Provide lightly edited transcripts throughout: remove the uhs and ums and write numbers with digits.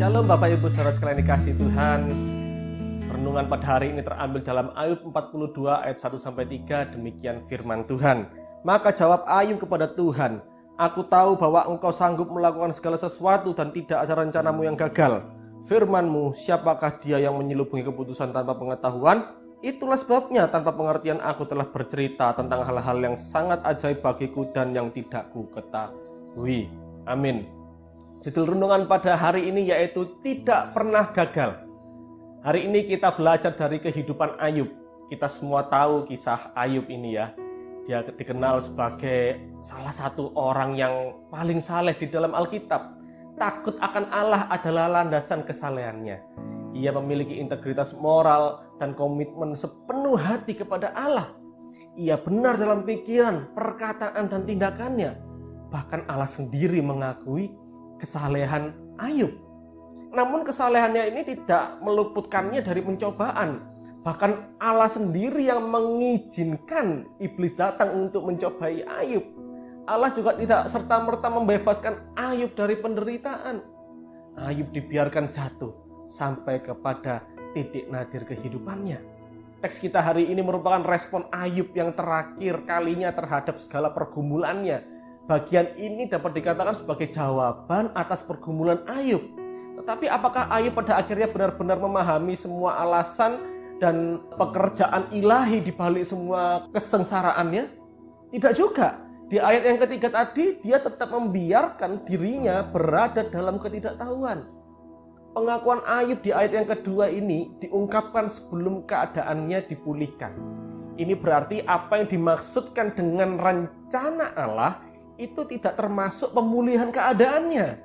Shalom Bapak Ibu Saudara sekalian dikasihi Tuhan. Renungan pada hari ini terambil dalam Ayub 42 ayat 1-3. Demikian firman Tuhan. Maka jawab Ayub kepada Tuhan, aku tahu bahwa Engkau sanggup melakukan segala sesuatu dan tidak ada rencanamu yang gagal. Firman-Mu, siapakah dia yang menyelubungi keputusan tanpa pengetahuan? Itulah sebabnya tanpa pengertian aku telah bercerita tentang hal-hal yang sangat ajaib bagiku dan yang tidak ku ketahui. Amin. Judul renungan pada hari ini yaitu tidak pernah gagal. Hari ini kita belajar dari kehidupan Ayub. Kita semua tahu kisah Ayub ini ya. Dia dikenal sebagai salah satu orang yang paling saleh di dalam Alkitab. Takut akan Allah adalah landasan kesalehannya. Ia memiliki integritas moral dan komitmen sepenuh hati kepada Allah. Ia benar dalam pikiran, perkataan, dan tindakannya. Bahkan Allah sendiri mengakui kesalehan Ayub. Namun kesalehannya ini tidak meluputkannya dari pencobaan. Bahkan Allah sendiri yang mengizinkan iblis datang untuk mencobai Ayub. Allah juga tidak serta-merta membebaskan Ayub dari penderitaan. Ayub dibiarkan jatuh sampai kepada titik nadir kehidupannya. Teks kita hari ini merupakan respon Ayub yang terakhir kalinya terhadap segala pergumulannya. Bagian ini dapat dikatakan sebagai jawaban atas pergumulan Ayub. Tetapi apakah Ayub pada akhirnya benar-benar memahami semua alasan dan pekerjaan ilahi di balik semua kesengsaraannya? Tidak juga. Di ayat yang ketiga tadi, dia tetap membiarkan dirinya berada dalam ketidaktahuan. Pengakuan Ayub di ayat yang kedua ini diungkapkan sebelum keadaannya dipulihkan. Ini berarti apa yang dimaksudkan dengan rencana Allah itu tidak termasuk pemulihan keadaannya.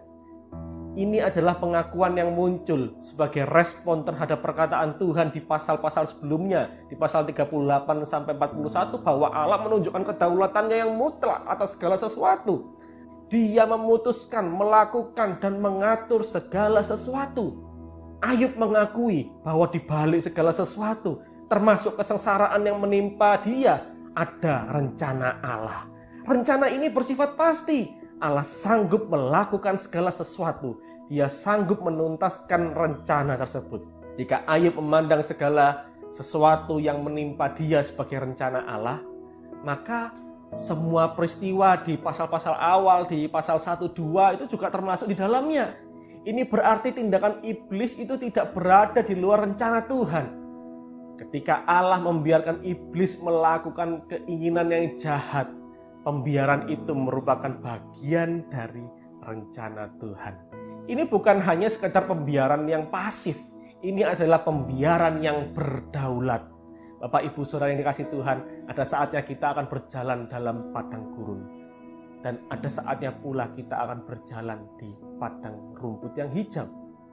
Ini adalah pengakuan yang muncul sebagai respon terhadap perkataan Tuhan di pasal-pasal sebelumnya, di pasal 38-41 bahwa Allah menunjukkan kedaulatannya yang mutlak atas segala sesuatu. Dia memutuskan, melakukan, dan mengatur segala sesuatu. Ayub mengakui bahwa di balik segala sesuatu, termasuk kesengsaraan yang menimpa dia, ada rencana Allah. Rencana ini bersifat pasti. Allah sanggup melakukan segala sesuatu. Dia sanggup menuntaskan rencana tersebut. Jika Ayub memandang segala sesuatu yang menimpa dia sebagai rencana Allah, maka semua peristiwa di pasal-pasal awal, di pasal 1-2 itu juga termasuk di dalamnya. Ini berarti tindakan iblis itu tidak berada di luar rencana Tuhan. Ketika Allah membiarkan iblis melakukan keinginan yang jahat, pembiaran itu merupakan bagian dari rencana Tuhan. Ini bukan hanya sekedar pembiaran yang pasif. Ini adalah pembiaran yang berdaulat. Bapak Ibu Saudara yang dikasihi Tuhan, ada saatnya kita akan berjalan dalam padang gurun. Dan ada saatnya pula kita akan berjalan di padang rumput yang hijau.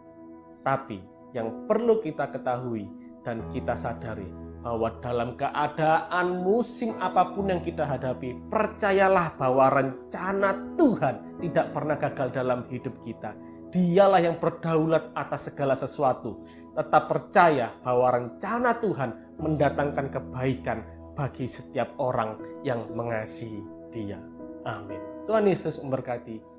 Tapi yang perlu kita ketahui dan kita sadari, bahwa dalam keadaan musim apapun yang kita hadapi, percayalah bahwa rencana Tuhan tidak pernah gagal dalam hidup kita. Dialah yang berdaulat atas segala sesuatu. Tetap percaya bahwa rencana Tuhan mendatangkan kebaikan bagi setiap orang yang mengasihi Dia. Amin. Tuhan Yesus memberkati.